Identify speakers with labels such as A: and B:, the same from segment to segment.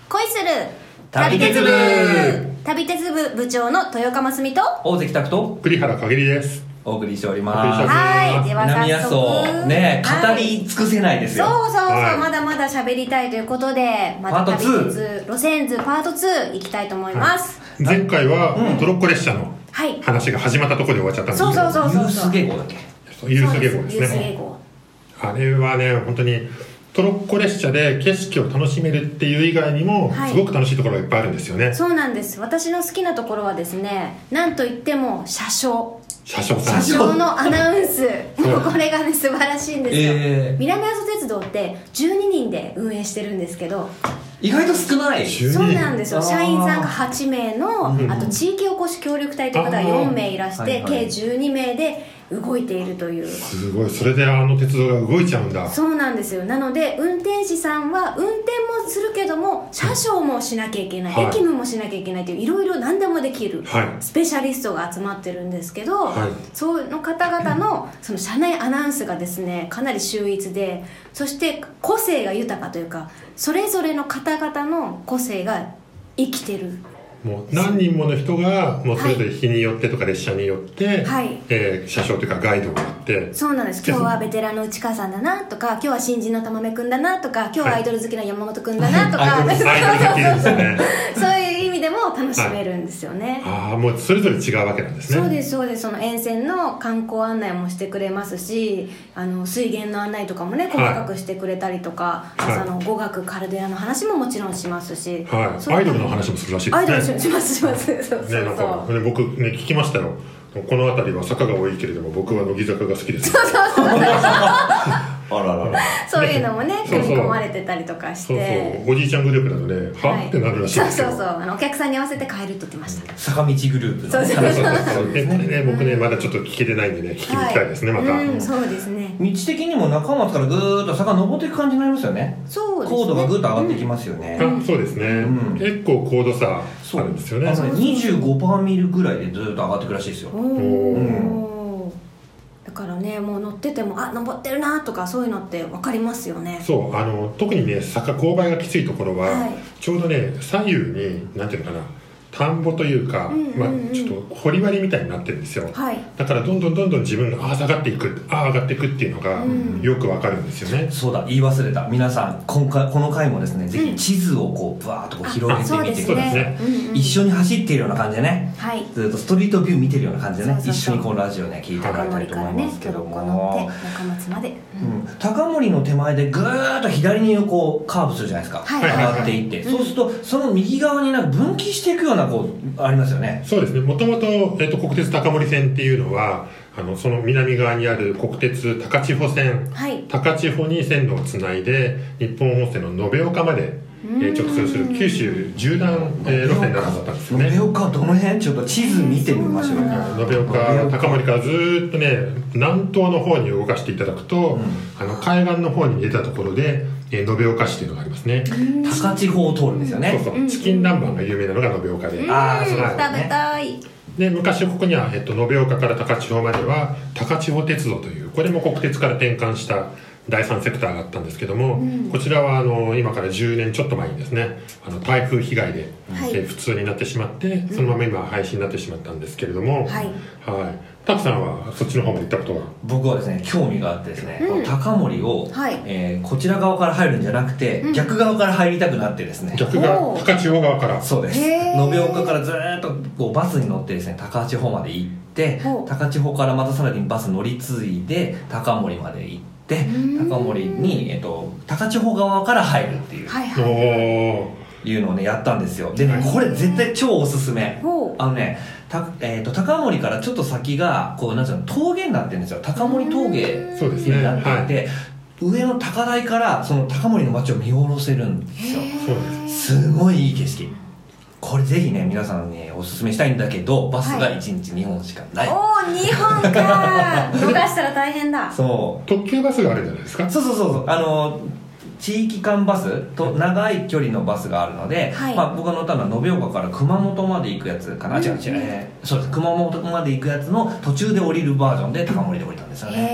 A: 恋する
B: 旅鉄部
A: 旅鉄部部長の豊川真澄と
B: 大関拓と
C: 栗原かげりです。
B: お送りしております。
A: はい、では
B: 南阿
A: 早速
B: 蘇ね、語り尽くせないですよ。
A: そうそうそう、
C: はい
A: まだまだ喋りたいということで、また
B: パート2
A: 旅鉄路線図パート2行きたいと思います。
C: 前回はトロッコ列車の
A: はい。
C: 話が始まったところで終わっちゃったんですけど、
A: そう
B: ユース迎合だっけ。
C: ユース迎合です
A: ユース迎
C: ね。
A: 合。
C: あれはね、本当にトロッコ列車で景色を楽しめるっていう以外にも、
A: はい
C: すごく楽しいところがいっぱいあるんですよね。
A: そうなんです。私の好きなところはですね、なんといっても車掌。
C: 車掌さん。
A: 車掌のアナウンス、もうこれがね素晴らしいんですよ、南阿蘇鉄道って12人で運営してるんですけど、
B: 意外と少ない。
A: そうなんですよ。
B: あー
A: 社員さんが8名の、あと地域おこし協力隊という方が4名いらして、
B: はいはい
A: 計12名で動いているという。
C: すごい。それであの鉄道が動いちゃうんだ。
A: そうなんですよ。なので運転士さんは運転もするけども車掌もしなきゃいけない、
C: はい
A: 駅務もしなきゃいけないといういろいろ何でもできる、
C: はい
A: スペシャリストが集まってるんですけど、
C: はい
A: そうの方々のその車内アナウンスがですねかなり秀逸で、そして個性が豊かというか、それぞれの方々の個性が生きてる。
C: もう何人もの人がもうそれぞれ日によってとか列車によって、
A: はい
C: 車掌というかガイドがあって、
A: そうなんです。今日はベテランの内川さんだなとか、今日は新人の玉目くんだなとか、今日はアイドル好きの山本くんだなとか、
C: アイドル好きですよね。
A: そういう意味でも楽しめるんですよね、
C: ああ、もうそれぞれ違うわけなんですね。
A: そうですそうです。その沿線の観光案内もしてくれますし、水源の案内とかもね細かくしてくれたりとか、
C: はい
A: 朝の語学カルデラの話ももちろんしますし、
C: はい、
A: そういう
C: アイドルの話もするらしいですね。
A: アイドルしますしますそうそうそう、
C: ね、なんか、ね、僕ね聞きましたよ。この辺りは坂が多いけれども僕は乃木坂が好きです。
B: あららら。
A: そういうのもね
C: そうそう
A: 組み込まれてたりとかし
C: そう
A: て、
C: そう、おじいちゃんグループだとね、は、
A: はい
C: ってなるらしいですよ。
A: そうそうそう、お客さんに合わせて帰るって言ってました、
B: 坂道グループのね。
A: そうそう
C: そうそうでこれね、僕ねまだちょっと聞けてないんでね聞きに行きたいですね、また。
A: うん、そうですね。
B: 道的にも中松からぐーっと坂登っていく感じになりますよね。
A: そうですね。
B: 高度がぐーっと上がっていきますよね。
C: あ、そうですね、
B: ん
C: 結構高度差あるんですよね。
B: あのね25%ミルぐらいでずーっと上がっていくらしいですよ。
A: おお、だからね、もう乗ってても登ってるなとかそういうのって分かりますよね。
C: そう特にね坂勾配がきついところは、
A: はい
C: ちょうどね左右になんていうのかな、田んぼというか、ちょっと掘り割りみたいになってるんですよ、
A: はい。
C: だからどんどん自分が下がっていく、上がっていくっていうのがよくわかるんですよね。
B: そうだ、言い忘れた。皆さんこの回もですね、ぜひ地図をこうブワーッとこう広げてみてください。
C: そうですね
A: うん
B: 一緒に走っているような感じでね、
A: はい。
B: ずっとストリートビュー見てるような感じでね、
A: そうそうそう
B: 一緒にこのラジオね聞いてもらいたいと思いますけど
A: 高森からね、トロッコ乗
B: も
A: って中松まで、
B: 高森の手前でぐーっと左にこうカーブするじゃないですか、
A: はい
B: 上がっていって、そうするとその右側になんか分岐していくようなこうありますよね。
C: そうですね、もともと国鉄高森線っていうのはその南側にある国鉄高千穂線、
A: はい
C: 高千穂に線路をつないで日本本線の延岡まで、直通する九州縦断、路線になるはずだったんですよね。
B: 延岡どの辺ちょっと地図見てみましょうか。
C: 延岡高森からずーっとね南東の方に動かしていただくと、海岸の方に出たところで延岡市というのがありますね。
B: 高千穂を通るんですよね。
C: そうそう、チキン南蛮が有名なのが延岡で、
B: ああ、そう
A: 食
B: なんですね。
A: べたい。
C: で昔ここには、延岡から高千穂までは高千穂鉄道という、これも国鉄から転換した第3セクターがあったんですけども、こちらは今から10年ちょっと前にですね台風被害で、
A: はい
C: 普通になってしまって、そのまま今廃止になってしまったんですけれども、
A: はい。
C: タクさんはそっちの方まで行ったことは？
B: 僕はですね興味があってですね、この高森を、
A: はい
B: こちら側から入るんじゃなくて、逆側から入りたくなってですね、
C: 逆が
A: おー
C: 高千穂側から。
B: そうです。
A: へー
B: 延岡からずーっとこうバスに乗ってですね高千穂まで行って、
A: ほう
B: 高千穂からまたさらにバス乗り継いで高森まで行って高森に、高千穂側から入るっていう、
A: はいはい。
C: おー
B: いうのをねやったんですよ。でねこれ絶対超おすすめ。
A: ほう。
B: 高森からちょっと先がこうなんていうの峠になってるんですよ。高森峠
C: そうですね、
B: になっていて、上の高台からその高森の街を見下ろせるんですよ。
C: そうです
B: すごいいい景色。これぜひね皆さんにおすすめしたいんだけど、バスが1日2本しかない、
A: おお、2本か。逃したら大変だ。
B: そう
C: 特急バスがあるじゃないですか。
B: そう地域間バスと長い距離のバスがあるので、
A: はい
B: 僕が乗ったのは延岡から熊本まで行くやつかな、違う、そうです、熊本まで行くやつの途中で降りるバージョンで高森で降りたんですよね。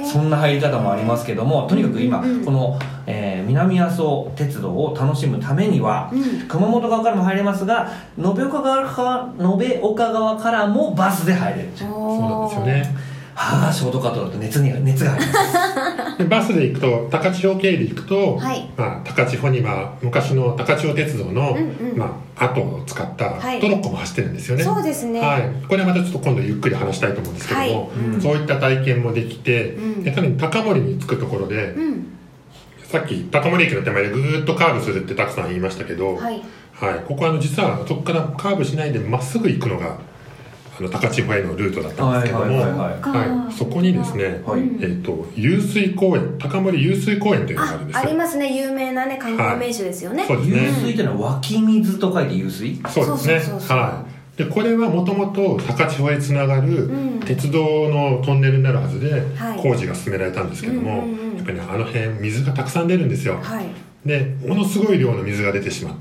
B: そんな入り方もありますけども、とにかく今、この、南阿蘇鉄道を楽しむためには、熊本側からも入れますが、延岡側からもバスで入れる。
C: そうなんですよね。
B: はあ、ショートカットだと熱が入ります
C: でバスで行くと、高千穂経由で行くと、
A: はい、
C: 高千穂には昔の高千穂鉄道の、跡を使ったトロッコも走ってるんですよね。
A: そうですね、
C: これはまたちょっと今度ゆっくり話したいと思うんですけども、そういった体験もできて、でさらに高森に着くところで、さっき高森駅の手前でぐーっとカーブするってたくさん言いましたけど、ここは実はそこからカーブしないでまっすぐ行くのが高千穂へのルートだったんですけども、そこにですね、湧水公園、高森湧水公園というのがあるんですよ。
A: ありますね、有名なね観光名所ですよね。
C: そうですね。
B: 湧水というのは湧き水と書いて湧水。
C: そうですね。でこれはもともと高千穂へつながる鉄道のトンネルになるはずで工事が進められたんですけども、やっぱりね、あの辺水がたくさん出るんですよ。でものすごい量の水が出てしまって、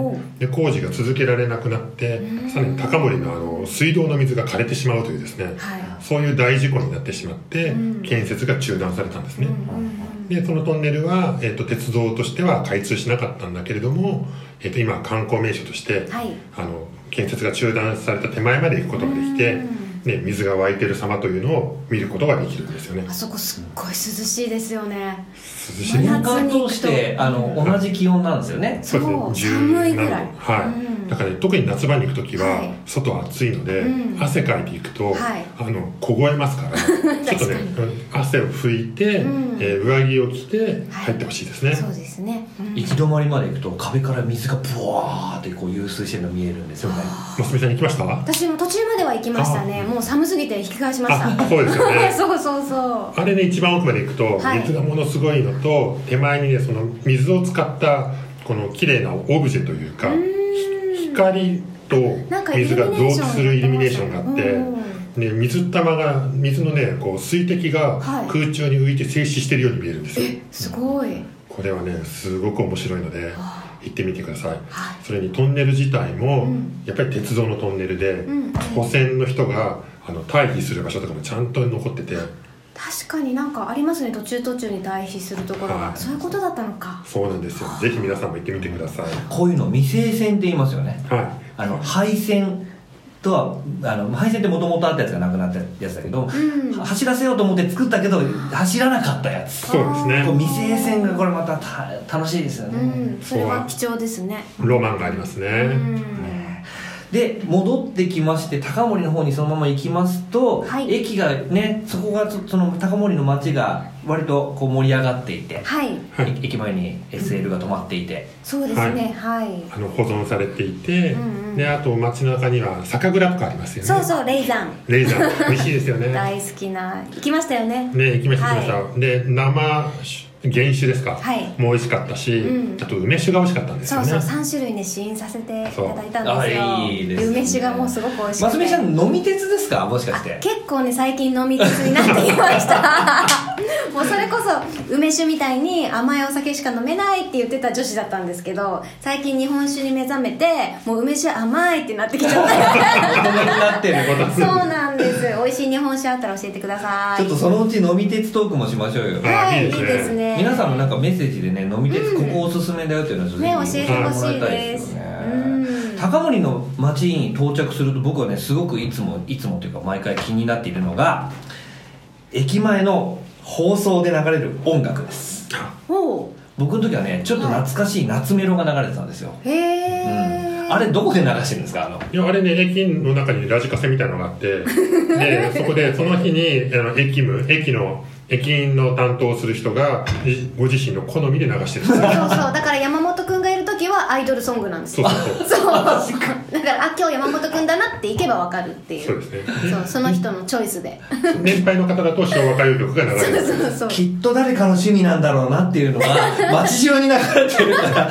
C: で工事が続けられなくなって、さらに高森の水道の水が枯れてしまうというですね、そういう大事故になってしまって、建設が中断されたんですね。でそのトンネルは、鉄道としては開通しなかったんだけれども、今観光名所として、建設が中断された手前まで行くことができて、水が湧いてる様というのを見ることができるんですよね。
A: あそこすっごい涼しいですよね。
C: 涼しい。
B: 年間通して同じ気温なんですよね。
C: そうですね。
A: 寒いぐらい。
C: だから、特に夏場に行くときは外暑いので、汗かいていくと、凍えますからちょっとね汗を拭いて、上着を着て入ってほしいですね。
A: そうですね。
B: 行き止まりまで行くと壁から水がブワーってこう湧水してるの見えるんですよね。
C: ますみさん行きました？
A: 私も途中までは行きましたね。もう寒すぎて引き返しました。
C: そうですよね。
A: そう
C: あれね、一番奥まで行くと水がものすごいのと、手前にねその水を使ったこの綺麗なオブジェというか、光と水が同期するイルミネーションがあって、水のねこう水滴が空中に浮いて静止してるように見えるんですよ。
A: すごい。
C: これはねすごく面白いので行ってみてください。それにトンネル自体もやっぱり鉄道のトンネルで、保線の人が退避する場所とかもちゃんと残ってて、
A: 確かになんかありますね、途中に退避するところが、そういうことだったのか。
C: そうなんですよ。ぜひ皆さんも行ってみてください。
B: こういうの未成線って言いますよね。廃線とは廃線ってもともとあったやつがなくなったやつだけど、走らせようと思って作ったけど走らなかったやつ。
C: そうですね。
B: 未成線がこれまた楽しいですよね。
A: それは貴重ですね。
C: ロマンがありますね。
B: で戻ってきまして、高森の方にそのまま行きますと、駅がね、そこがその高森の街が割とこう盛り上がっていて、駅前に SL が止まっていて、
A: そうですね、
C: 保存されていて、であと街の中には酒蔵とかありますよね。
A: そうレイザン
C: 美味しいですよね。
A: 大好きな。行きましたよね。
C: 行きました。で生原酒ですか、もう美味しかったし、あと梅酒が美味しかったんですよね。3
A: 種類ね試飲させていただいたんですよ。
B: いいですね。
A: 梅酒がもうすごく美味しくて。
B: ますみちゃん飲み鉄ですか、もしかして？
A: 結構ね最近飲み鉄になってきましたもうそれこそ梅酒みたいに甘いお酒しか飲めないって言ってた女子だったんですけど、最近日本酒に目覚めて、もう梅酒甘いってなってきちゃった
B: 大人になってる
A: そうなんです。美味しい日本酒あったら教えてください。
B: ちょっとそのうち飲み鉄トークもしましょうよ。
A: いいですね。
B: 皆さんもなんかメッセージでね、飲み鉄ここおすすめだよっていうのをぜひ
A: 教えてほしいです。
B: 高森の町に到着すると、僕はねすごくいつもというか毎回気になっているのが、駅前の放送で流れる音楽です。僕の時はねちょっと懐かしい夏メロが流れてたんですよ。あれどこで流してるんですか？
C: いや、あれね、駅の中にラジカセみたいなのがあってでそこでその日に駅員の担当する人がご自身の好みで流してるんですよ。
A: だから山本くんがいる時はアイドルソングなんですよ。そうだから今日山本くんだなって行けば分かるっていう。
C: そうですね。
A: その人のチョイスで
C: 年配の方だと昭和歌謡曲が流れる。
B: きっと誰かの趣味なんだろうなっていうのが街中に流れてるから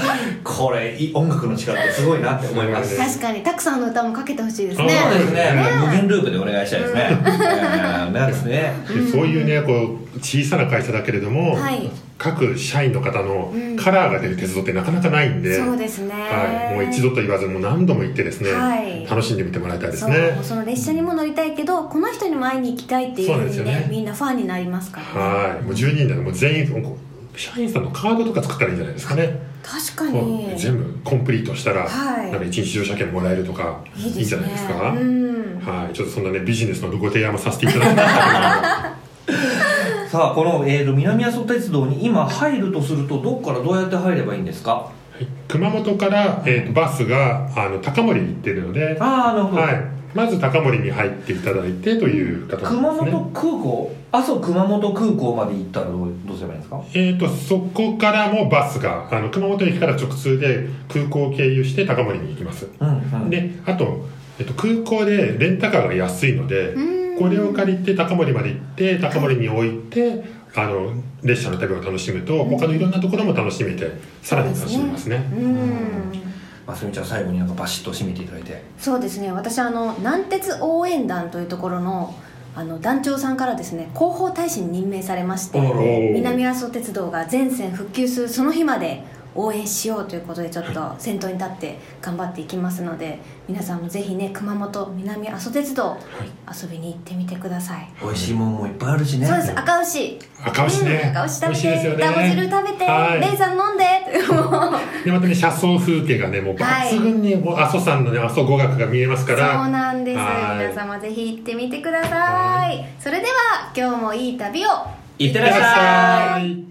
B: これ音楽の力ってすごいなって思います。
A: 確かにたくさんの歌もかけてほしいですね。
B: そうですね、無限ループでお願いしたいですね。なんですね。
C: そういうねこう小さな会社だけれども、各社員の方のカラーが出る鉄道ってなかなかないんで、
A: そうですね、
C: もう一度と言わずもう何度も行ってですね、楽しんでみてもらいたいですね。
A: その列車にも乗りたいけどこの人にも会いに行きたいっていう風にね、みんなファンになりますからね。
C: もう10人でもう全員社員さんのカードとか作ったらいいんじゃないですかね。
A: 確かに
C: 全部コンプリートしたら、なんか1日乗車券もらえるとかいいんじゃないですか。ちょっとそんなねビジネスのご提案もさせていただきましたけど
B: さあこの、南阿蘇鉄道に今入るとするとどこからどうやって入ればいいんですか？
C: 熊本から、バスが高森に行ってるので、
B: なるほど、
C: まず高森に入っていただいてという形ですね。
B: 熊本空港、阿蘇熊本空港まで行ったらどうすればいいんですか？
C: そこからもバスが熊本駅から直通で空港を経由して高森に行きます、であと、空港でレンタカーが安いのでこれを借りて高森まで行って高森に置いて列車の旅を楽しむと他のいろんなところも楽しめてさらに楽しめますね。
B: ますみちゃん最後になんかバシッと締めていただいて。
A: そうですね、私南鉄応援団というところの団長さんからですね広報大使に任命されまして、南阿蘇鉄道が全線復旧するその日まで応援しようということでちょっと先頭に立って頑張っていきますので、皆さんもぜひね熊本南阿蘇鉄道遊びに行ってみてください。
B: 美味しいもんもいっぱいあるしね。
A: そうです、赤牛
C: 赤牛ね、
A: 赤牛食べて、
C: ね、
A: ダボ汁食べて、レイザー飲んで
C: でまたね車窓風景がねもう抜群に阿蘇山のね阿蘇五岳が見えますから。
A: そうなんです、皆様ぜひ行ってみてください。それでは今日もいい旅を
B: いってらっしゃい。